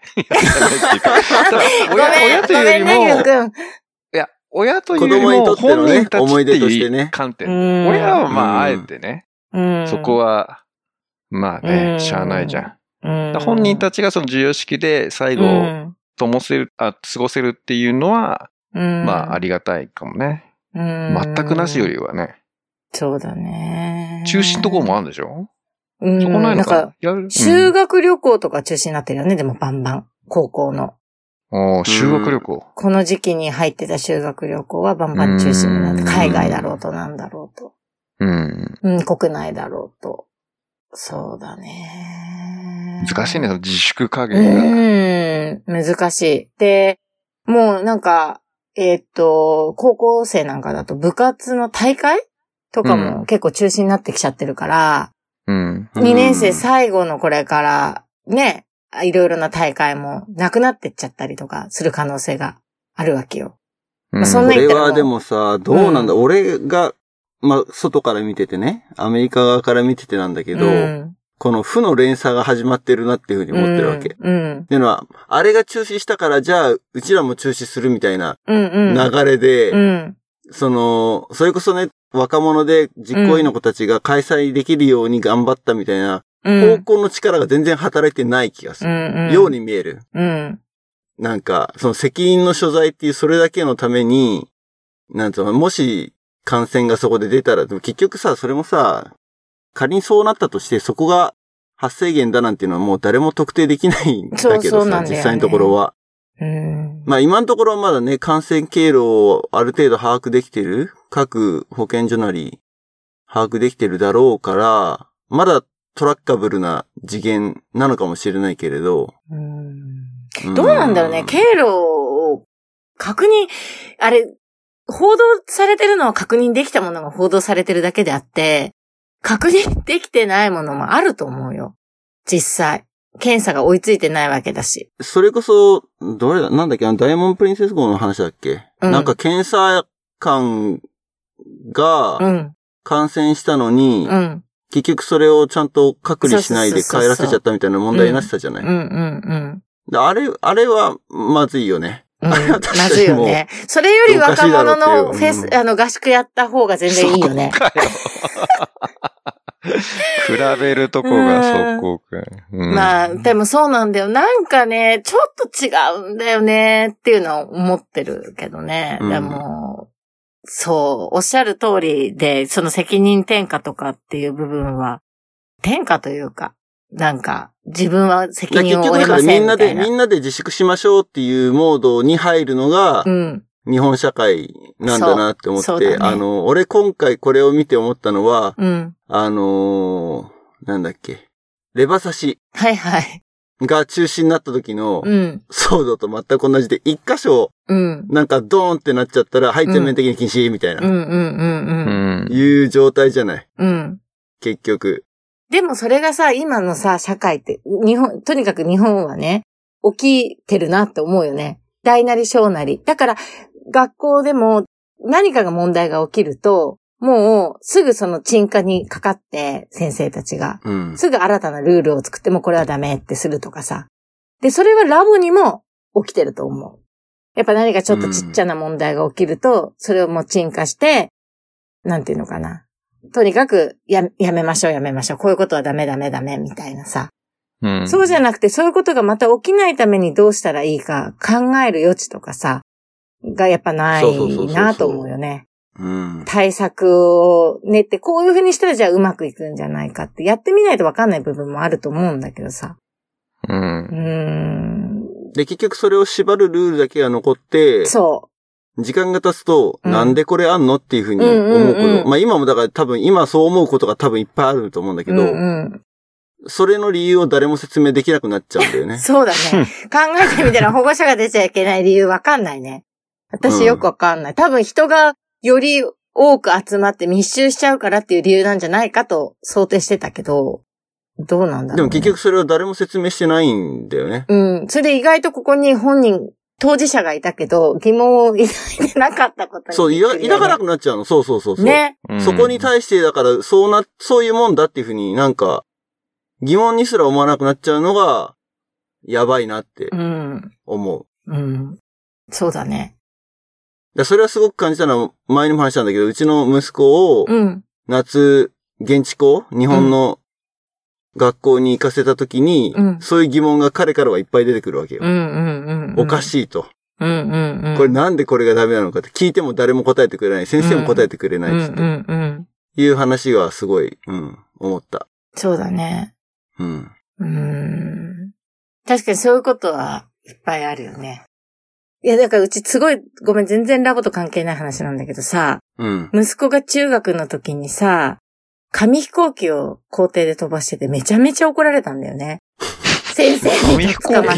親というよりも、 親というよりも本人たちっていう観点。親はまああえてね、そこはまあね、しゃあないじゃん。本人たちがその授与式で最後過ごせるっていうのは、まあありがたいかもね。全くなしよりはね。 そうだね。 中止のところもあるんでしょ？そこないのか。 修学旅行とか中止になってるよね、でもバンバン。高校の。 修学旅行。 この時期に入ってた修学旅行はバンバン中止になって、海外だろうとなんだろうと。国内だろうと。そうだね。 難しいね、その自粛加減が。難しい。で、もうなんか、高校生なんかだと部活の大会とかも結構中止になってきちゃってるから、2年生最後のこれからね、いろいろな大会もなくなってっちゃったりとかする可能性があるわけよ。 そんな言ったら俺はでもさ、どうなんだ、俺が、外から見ててね、アメリカ側から見ててなんだけど、この負の連鎖が始まってるなっていうふうに思ってるわけ。っていうのは、あれが中止したから、じゃあ、うちらも中止するみたいな流れで、それこそね、若者で実行委員の子たちが開催できるように頑張ったみたいな、方向の力が全然働いてない気がする。ように見える。なんか、その責任の所在っていうそれだけのために、なんつうの、もし感染がそこで出たら、でも結局さ、それもさ、仮にそうなったとしてそこが発生源だなんていうのはもう誰も特定できないんだけどさ、実際のところは。今のところはまだね、感染経路をある程度把握できてる、各保健所なり把握できてるだろうから、まだトラッカブルな次元なのかもしれないけれど。 どうなんだろうね。経路を確認、あれ、報道されてるのは確認できたものが報道されてるだけであって、確認できてないものもあると思うよ。実際。検査が追いついてないわけだし。 それこそ、なんだっけ、ダイヤモンドプリンセス号の話だっけ、なんか検査官が感染したのに、結局それをちゃんと隔離しないで帰らせちゃったみたいな問題になってたじゃない。あれはまずいよね。 まずいよね。それより若者の合宿やった方が全然いいよね。 比べるとこがそこか。 でもそうなんだよ。なんかね、ちょっと違うんだよねっていうのは思ってるけどね。でも、そう、おっしゃる通りで、その責任転嫁とかっていう部分は、転嫁というか、なんか、自分は責任を負えませんみたいな。 結局みんなで自粛しましょうっていうモードに入るのが、日本社会なんだなって思って、俺今回これを見て思ったのは、なんだっけ、レバ刺し。 はいはい。 が中止になった時の騒動と全く同じで、一箇所、なんかドーンってなっちゃったら、はい、全面的に禁止みたいな、いう状態じゃない。結局。 でもそれがさ、今のさ、社会って、とにかく日本はね、起きてるなって思うよね。大なり小なり。だから、学校でも何かが問題が起きると、 もうすぐその鎮火にかかって先生たちが、すぐ新たなルールを作ってもこれはダメってするとかさ。で、それはラボにも起きてると思う。やっぱ何かちょっとちっちゃな問題が起きると、それをもう鎮火して、なんていうのかな。とにかくやめましょう。こういうことはダメみたいなさ。そうじゃなくて、そういうことがまた起きないためにどうしたらいいか考える余地とかさ、がやっぱないなと思うよね。対策を練って、こういうふうにしたらじゃあうまくいくんじゃないかって、やってみないとわかんない部分もあると思うんだけどさ。 で、結局それを縛るルールだけが残って、 そう。 時間が経つと、なんでこれあんのっていうふうに思うこと。まあ今もだから多分今そう思うことが多分いっぱいあると思うんだけど、それの理由を誰も説明できなくなっちゃうんだよね。 そうだね。考えてみたら保護者が出ちゃいけない理由わかんないね。私よくわかんない。多分人がより多く集まって密集しちゃうからっていう理由なんじゃないかと想定してたけど、どうなんだろう、ね。 でも結局それは誰も説明してないんだよね。 それで意外とここに当事者がいたけど、疑問を抱いてなかったことに、ね。 そう、抱かなくなっちゃうの。そう。 ね。 そこに対して、だから、そういうもんだっていうふうになんか、疑問にすら思わなくなっちゃうのが、やばいなって思う。 そうだね。 それはすごく感じたのは、前にも話したんだけど、うちの息子を、夏、現地校、日本の学校に行かせたときに、そういう疑問が彼からはいっぱい出てくるわけよ。おかしいと。これなんでこれがダメなのかって聞いても誰も答えてくれない。先生も答えてくれないっていう話がすごい、思った。 そうだね。確かにそういうことはいっぱいあるよね。いや、だからうちすごい、ごめん、全然ラボと関係ない話なんだけどさ、息子が中学の時にさ、紙飛行機を校庭で飛ばしててめちゃめちゃ怒られたんだよね。先生に捕まって。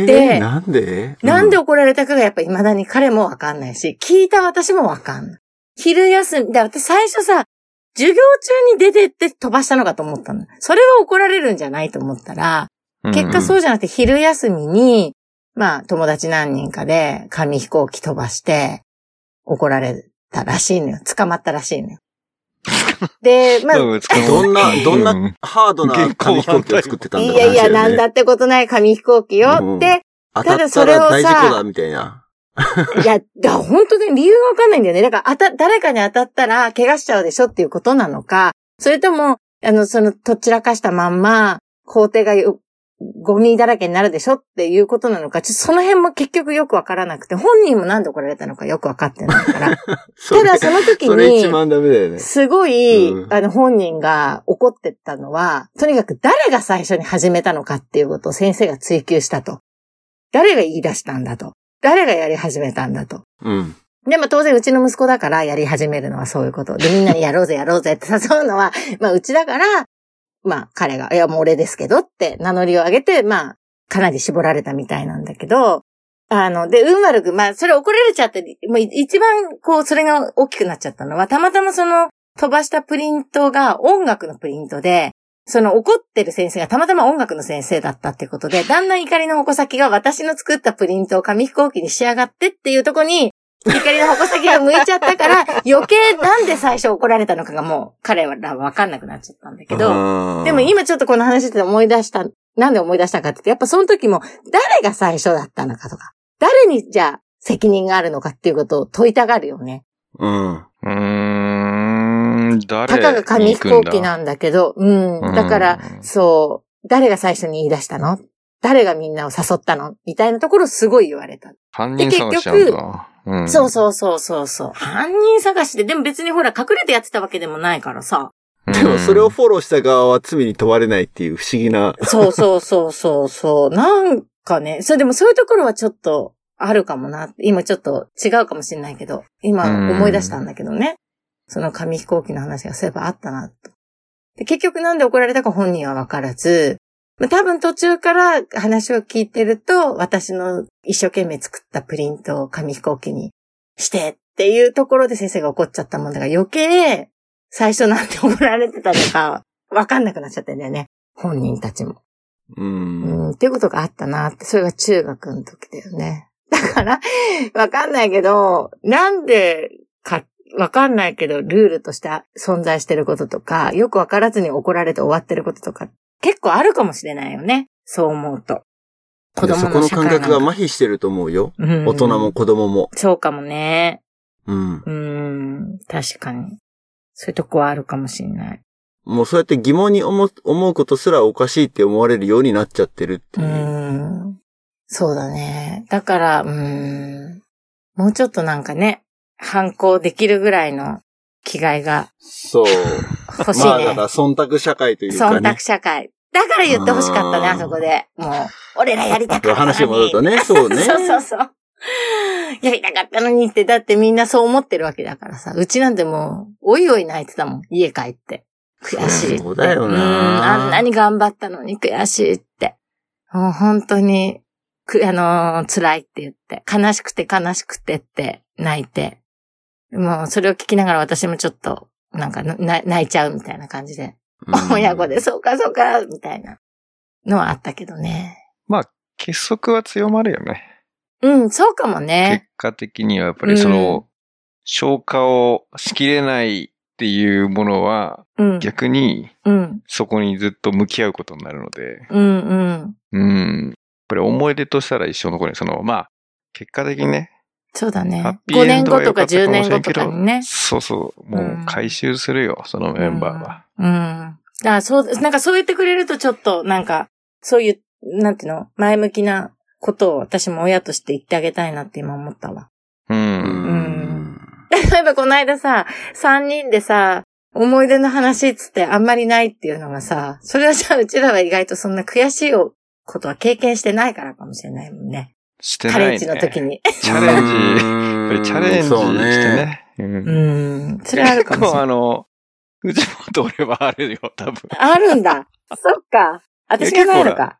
で、なんで怒られたかがやっぱ未だに彼もわかんないし、聞いた私もわかんない。昼休み、私最初さ、授業中に出てって飛ばしたのかと思ったの。それは怒られるんじゃないと思ったら、結果そうじゃなくて昼休みに、まあ友達何人かで紙飛行機飛ばして怒られたらしいのよ。捕まったらしいのよ。で、まあ、どんなハードな紙飛行機を作ってたんだろうね。 いや、なんだってことない紙飛行機よって、 ただそれをさ、大事故だみたいな。 いや、本当に理由がわかんないんだよね。だから誰かに当たったら怪我しちゃうでしょっていうことなのか、それとも、とっちらかしたまんま、校庭がゴミだらけになるでしょっていうことなのか、その辺も結局よくわからなくて、本人もなんで怒られたのかよくわかってないから。ただその時に、すごい、本人が怒ってったのは、とにかく誰が最初に始めたのかっていうことを先生が追求したと。誰が言い出したんだと。誰がやり始めたんだと。でも当然うちの息子だからやり始めるのはそういうこと。で、みんなにやろうぜって誘うのは、まあうちだから、まあ彼が、いやもう俺ですけどって名乗りを上げて、まあかなり絞られたみたいなんだけど、で、運悪く、まあそれ怒られちゃって、もう一番それが大きくなっちゃったのは、たまたま飛ばしたプリントが音楽のプリントで、怒ってる先生がたまたま音楽の先生だったってことで、だんだん怒りの矛先が私の作ったプリントを紙飛行機に仕上がってっていうとこに、怒りの矛先が向いちゃったから、余計なんで最初怒られたのかがもう彼らはわかんなくなっちゃったんだけど、でも今ちょっとこの話で思い出した、なんで思い出したかって言って、やっぱその時も誰が最初だったのかとか、誰にじゃあ責任があるのかっていうことを問いたがるよね。 誰たかが紙飛行機なんだけど、だから、そう、誰が最初に言い出したの？誰がみんなを誘ったの？みたいなところをすごい言われた。 犯人探しなんだ。 そう。犯人探しで、でも別にほら隠れてやってたわけでもないからさ。 でもそれをフォローした側は罪に問われないっていう不思議な。 そう。なんかね、でもそういうところはちょっとあるかもな。今ちょっと違うかもしれないけど、今思い出したんだけどね。その紙飛行機の話がそういえばあったなと。で、結局なんで怒られたか本人はわからず、多分途中から話を聞いてると、私の一生懸命作ったプリントを紙飛行機にしてっていうところで先生が怒っちゃったもんだから余計最初なんて怒られてたのかわかんなくなっちゃったんだよね。本人たちも。っていうことがあったなって、それが中学の時だよね。だから、わかんないけど、なんでわかんないけど、ルールとして存在してることとか、よくわからずに怒られて終わってることとか、結構あるかもしれないよね。そう思うと。 子供の社会なんかそこの感覚が麻痺してると思うよ。大人も子供も。 そうかもね。確かに。そういうとこはあるかもしれない。 もうそうやって疑問に思うことすらおかしいって思われるようになっちゃってるっていう。 そうだね。だから、もうちょっとなんかね、反抗できるぐらいの気概が。 そう。 欲しいね。まあだから忖度社会というかね。 忖度社会。だから言ってほしかったね、あそこで。もう、俺らやりたかったのに。 話戻るとね、そうね。 そう。やりたかったのにって、だってみんなそう思ってるわけだからさ。うちなんてもう、おいおい泣いてたもん。家帰って。悔しいって。 そうだよな。 あんなに頑張ったのに悔しいって。もう本当に、辛いって言って。悲しくてって泣いて。もうそれを聞きながら私もちょっと、なんか泣いちゃうみたいな感じで。親子でそうか、みたいなのはあったけどね。 まあ、結束は強まるよね。 そうかもね。 結果的にはやっぱり消化をしきれないっていうものは、逆に、そこにずっと向き合うことになるので、やっぱり思い出としたら一生残る。まあ、結果的にね。 そうだね。5年後とか10年後とかにね。 そう。もう回収するよ、そのメンバーは。 だからなんかそう言ってくれるとちょっと、なんか、そういう、なんていうの、前向きなことを私も親として言ってあげたいなって今思ったわ。例えばこの間さ、3人でさ、思い出の話っつってあんまりないっていうのがさ、それはじゃあうちらは意外とそんな悔しいことは経験してないからかもしれないもんね。 してないね。 カレッジの時に。 チャレンジ。やっぱりチャレンジしてね。 それあるかもしれない。 藤本俺はあるよ、多分。 あるんだ。そっか。私がないのか。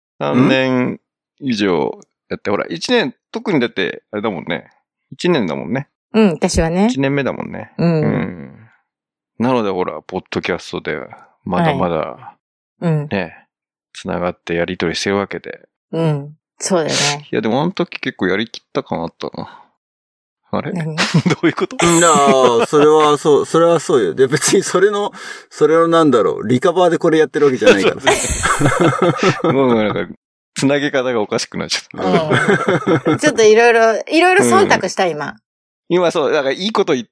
3年以上やって、ほら、1年、特にだって、あれだもんね。1年だもんね。 私はね。 1年目だもんね。なのでほら、ポッドキャストで、まだまだ、ね、繋がってやりとりしてるわけで。 そうだよね。 いや、でもあの時結構やりきった感あったな。あれ何どういうことそれはそうよ。で、別にそれのなんだろう、リカバーでこれやってるわけじゃないからさ。 もうなんか、つなげ方がおかしくなっちゃった。 ちょっといろいろ忖度した今。 今そう、だからいいこと言って、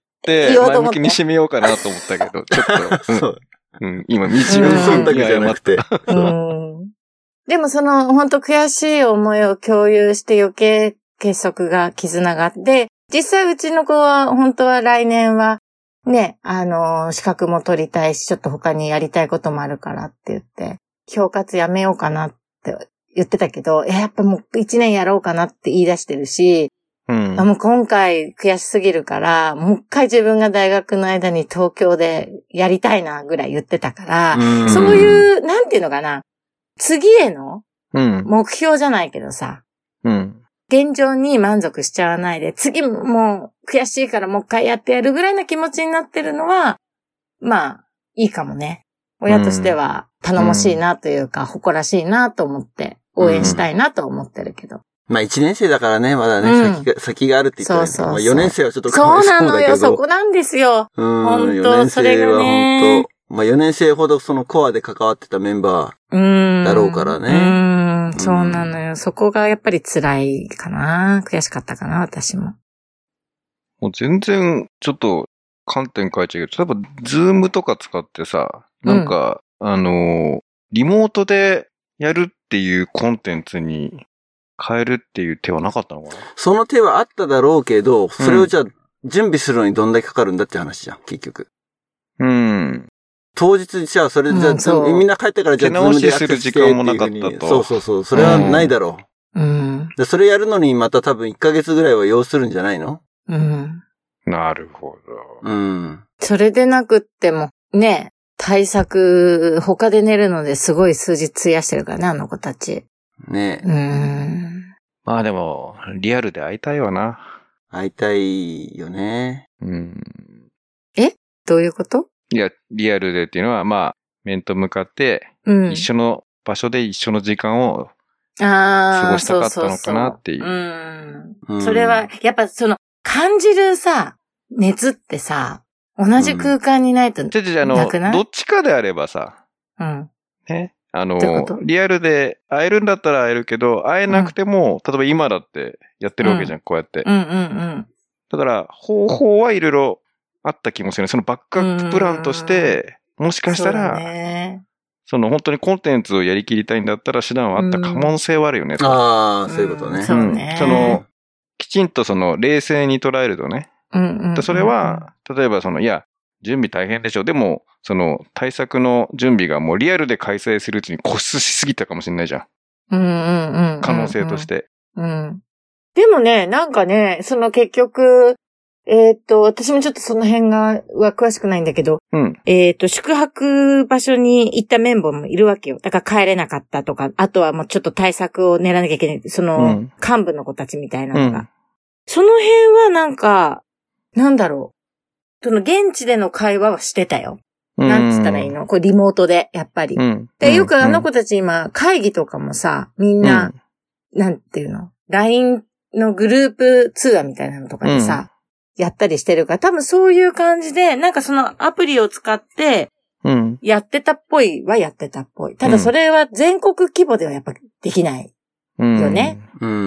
前向きに締めようかなと思ったけど、ちょっと。そう。今、道の忖度じゃなくて。 でも本当悔しい思いを共有して余計結束が絆があって、実際うちの子は本当は来年はね、資格も取りたいし、ちょっと他にやりたいこともあるからって言って、評活やめようかなって言ってたけど、やっぱもう1年やろうかなって言い出してるし、もう今回悔しすぎるから、もう一回自分が大学の間に東京でやりたいなぐらい言ってたから、そういう、なんていうのかな、次への目標じゃないけどさ、現状に満足しちゃわないで、次もう悔しいからもう一回やってやるぐらいな気持ちになってるのは、まあ、いいかもね。親としては頼もしいなというか、誇らしいなと思って、応援したいなと思ってるけど。 まあ1年生だからね、まだね、先があるって言ったら、そう4年生はちょっとかわいそうなのよ、そこなんですよ。本当それがね。 まあ4年生ほどそのコアで関わってたメンバーだろうからね。 そうなのよ。そこがやっぱり辛いかな。悔しかったかな、私も。 もう全然、ちょっと観点変えちゃうけど、例えば、ズームとか使ってさ、なんか、リモートでやるっていうコンテンツに変えるっていう手はなかったのかな？ その手はあっただろうけど、それをじゃあ、準備するのにどんだけかかるんだって話じゃん、結局。当日じゃあ、それじゃあ、みんな帰ってからじゃあ、 手直しする時間もなかったと。 そう。それはないだろう。でそれやるのにまた多分1ヶ月ぐらいは要するんじゃないの？ なるほど。 それでなくっても、ね、対策、他で寝るのですごい数日費やしてるからね、あの子たち。 ねまあでも、リアルで会いたいわな。 会いたいよね。 どういうこと？ いや、リアルでっていうのは、まあ、面と向かって、一緒の場所で一緒の時間を過ごしたかったのかなっていう。 それは、やっぱ感じるさ、 熱ってさ、同じ空間にないとなくない？ どっちかであればさ、 うん。 ね。リアルで会えるんだったら会えるけど、会えなくても、例えば今だってやってるわけじゃん、こうやって。だから、方法はいろいろあった気もするね。そのバックアッププランとして、もしかしたら、その本当にコンテンツをやりきりたいんだったら手段はあった可能性はあるよね。 ああ、そういうことね。 そうね。 きちんと冷静に捉えるとね。それは、例えばいや、準備大変でしょ。でも、対策の準備がもうリアルで開催するうちに固執しすぎたかもしれないじゃん。可能性として。 でもね、なんかね、結局、私もちょっとその辺は詳しくないんだけど、宿泊場所に行ったメンバーもいるわけよ。だから帰れなかったとか、あとはもうちょっと対策を練らなきゃいけない。幹部の子たちみたいなのが。その辺はなんか、なんだろう。現地での会話はしてたよ。なんつったらいいの？これリモートで、やっぱり。で、よくあの子たち今、会議とかもさ、みんな、なんていうの？ LINE のグループ通話みたいなのとかでさ、やったりしてるから、多分そういう感じで、なんかそのアプリを使って、やってたっぽいはやってたっぽい。ただそれは全国規模ではやっぱできないよね。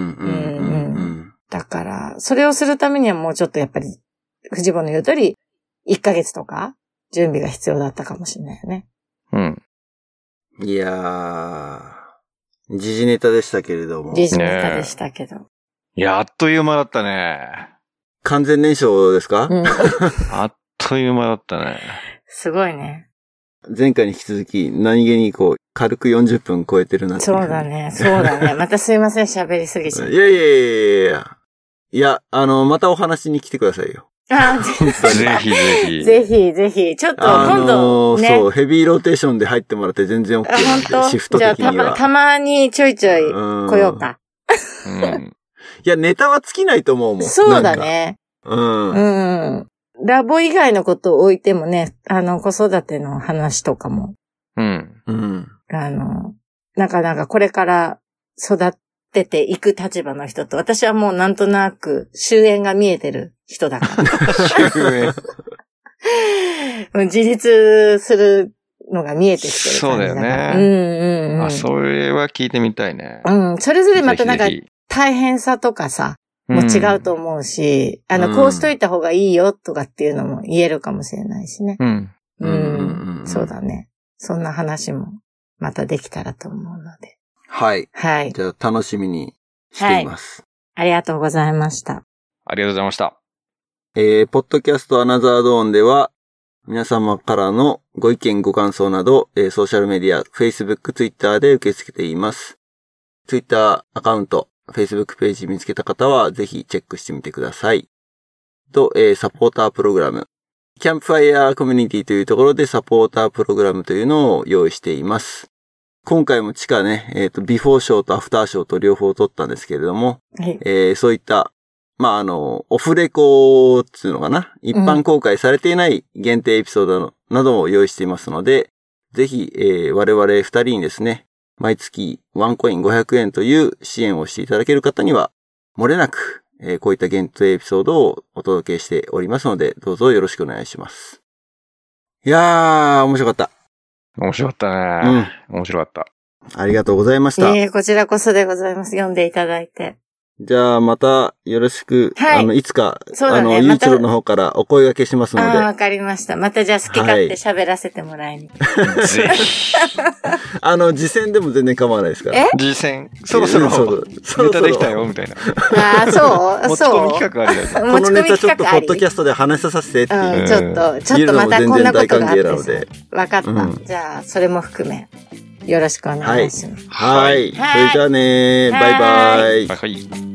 だから、それをするためにはもうちょっとやっぱり、藤本の言う通り、1ヶ月とか、準備が必要だったかもしれないよね。 いやー、時事ネタでしたけれども。 時事ネタでしたけど。 いや、あっという間だったね。 完全燃焼ですか？ あっという間だったね。 すごいね。 前回に引き続き、何気に軽く40分超えてるなって。 そうだね。またすいません、喋りすぎちゃって。 いや、またお話に来てくださいよ。 ぜひ。ちょっと今度ね。 そう、ヘビーローテーションで入ってもらって全然 OK なんで、シフト的には。 じゃあたまにちょいちょい来ようか。 いや、ネタは尽きないと思うもん。 そうだね。ラボ以外のことを置いてもね、子育ての話とかも。なかなかこれから育てていく立場の人と、私はもうなんとなく終焉が見えてる人だから。終焉。自立するのが見えてきてる感じだから。 そうだよね。それは聞いてみたいね。 それぞれまたなんか大変さとかさ、も違うと思うし、こうしといた方がいいよとかっていうのも言えるかもしれないしね。そうだね。そんな話もまたできたらと思うので。 はい。じゃあ楽しみにしています。 ありがとうございました。 ありがとうございました。 ポッドキャストアナザードーンでは、皆様からのご意見ご感想など、ソーシャルメディア、Facebook、Twitter で受け付けています。Twitter アカウント、Facebook ページ見つけた方はぜひチェックしてみてください。と、サポータープログラム。キャンプファイヤーコミュニティというところでサポータープログラムというのを用意しています。今回も地下ね、ビフォー賞とアフター賞と両方取ったんですけれども、そういった、オフレコっていうのかな、一般公開されていない限定エピソードなども用意していますので、ぜひ、我々二人にですね、毎月ワンコイン500円という支援をしていただける方には、漏れなく、こういった限定エピソードをお届けしておりますので、どうぞよろしくお願いします。いやー、面白かった。 面白かったね。面白かった。 ありがとうございました。 こちらこそでございます。読んでいただいて。 じゃあ、また、よろしく、いつか、ゆういちろの方からお声掛けしますので。 わかりました。またじゃあ好き勝手喋らせてもらいに。 ぜひ。 次戦でも全然構わないですから。 次戦。そろそろ、ネタできたよ、みたいな。 そう持ち込み企画ありだね。このネタちょっとポッドキャストで話させてっていう。 ちょっとまたこんなことがあって。わかった。じゃあ、それも含め。よろしくお願いします。 はい。それじゃあね、バイバイ。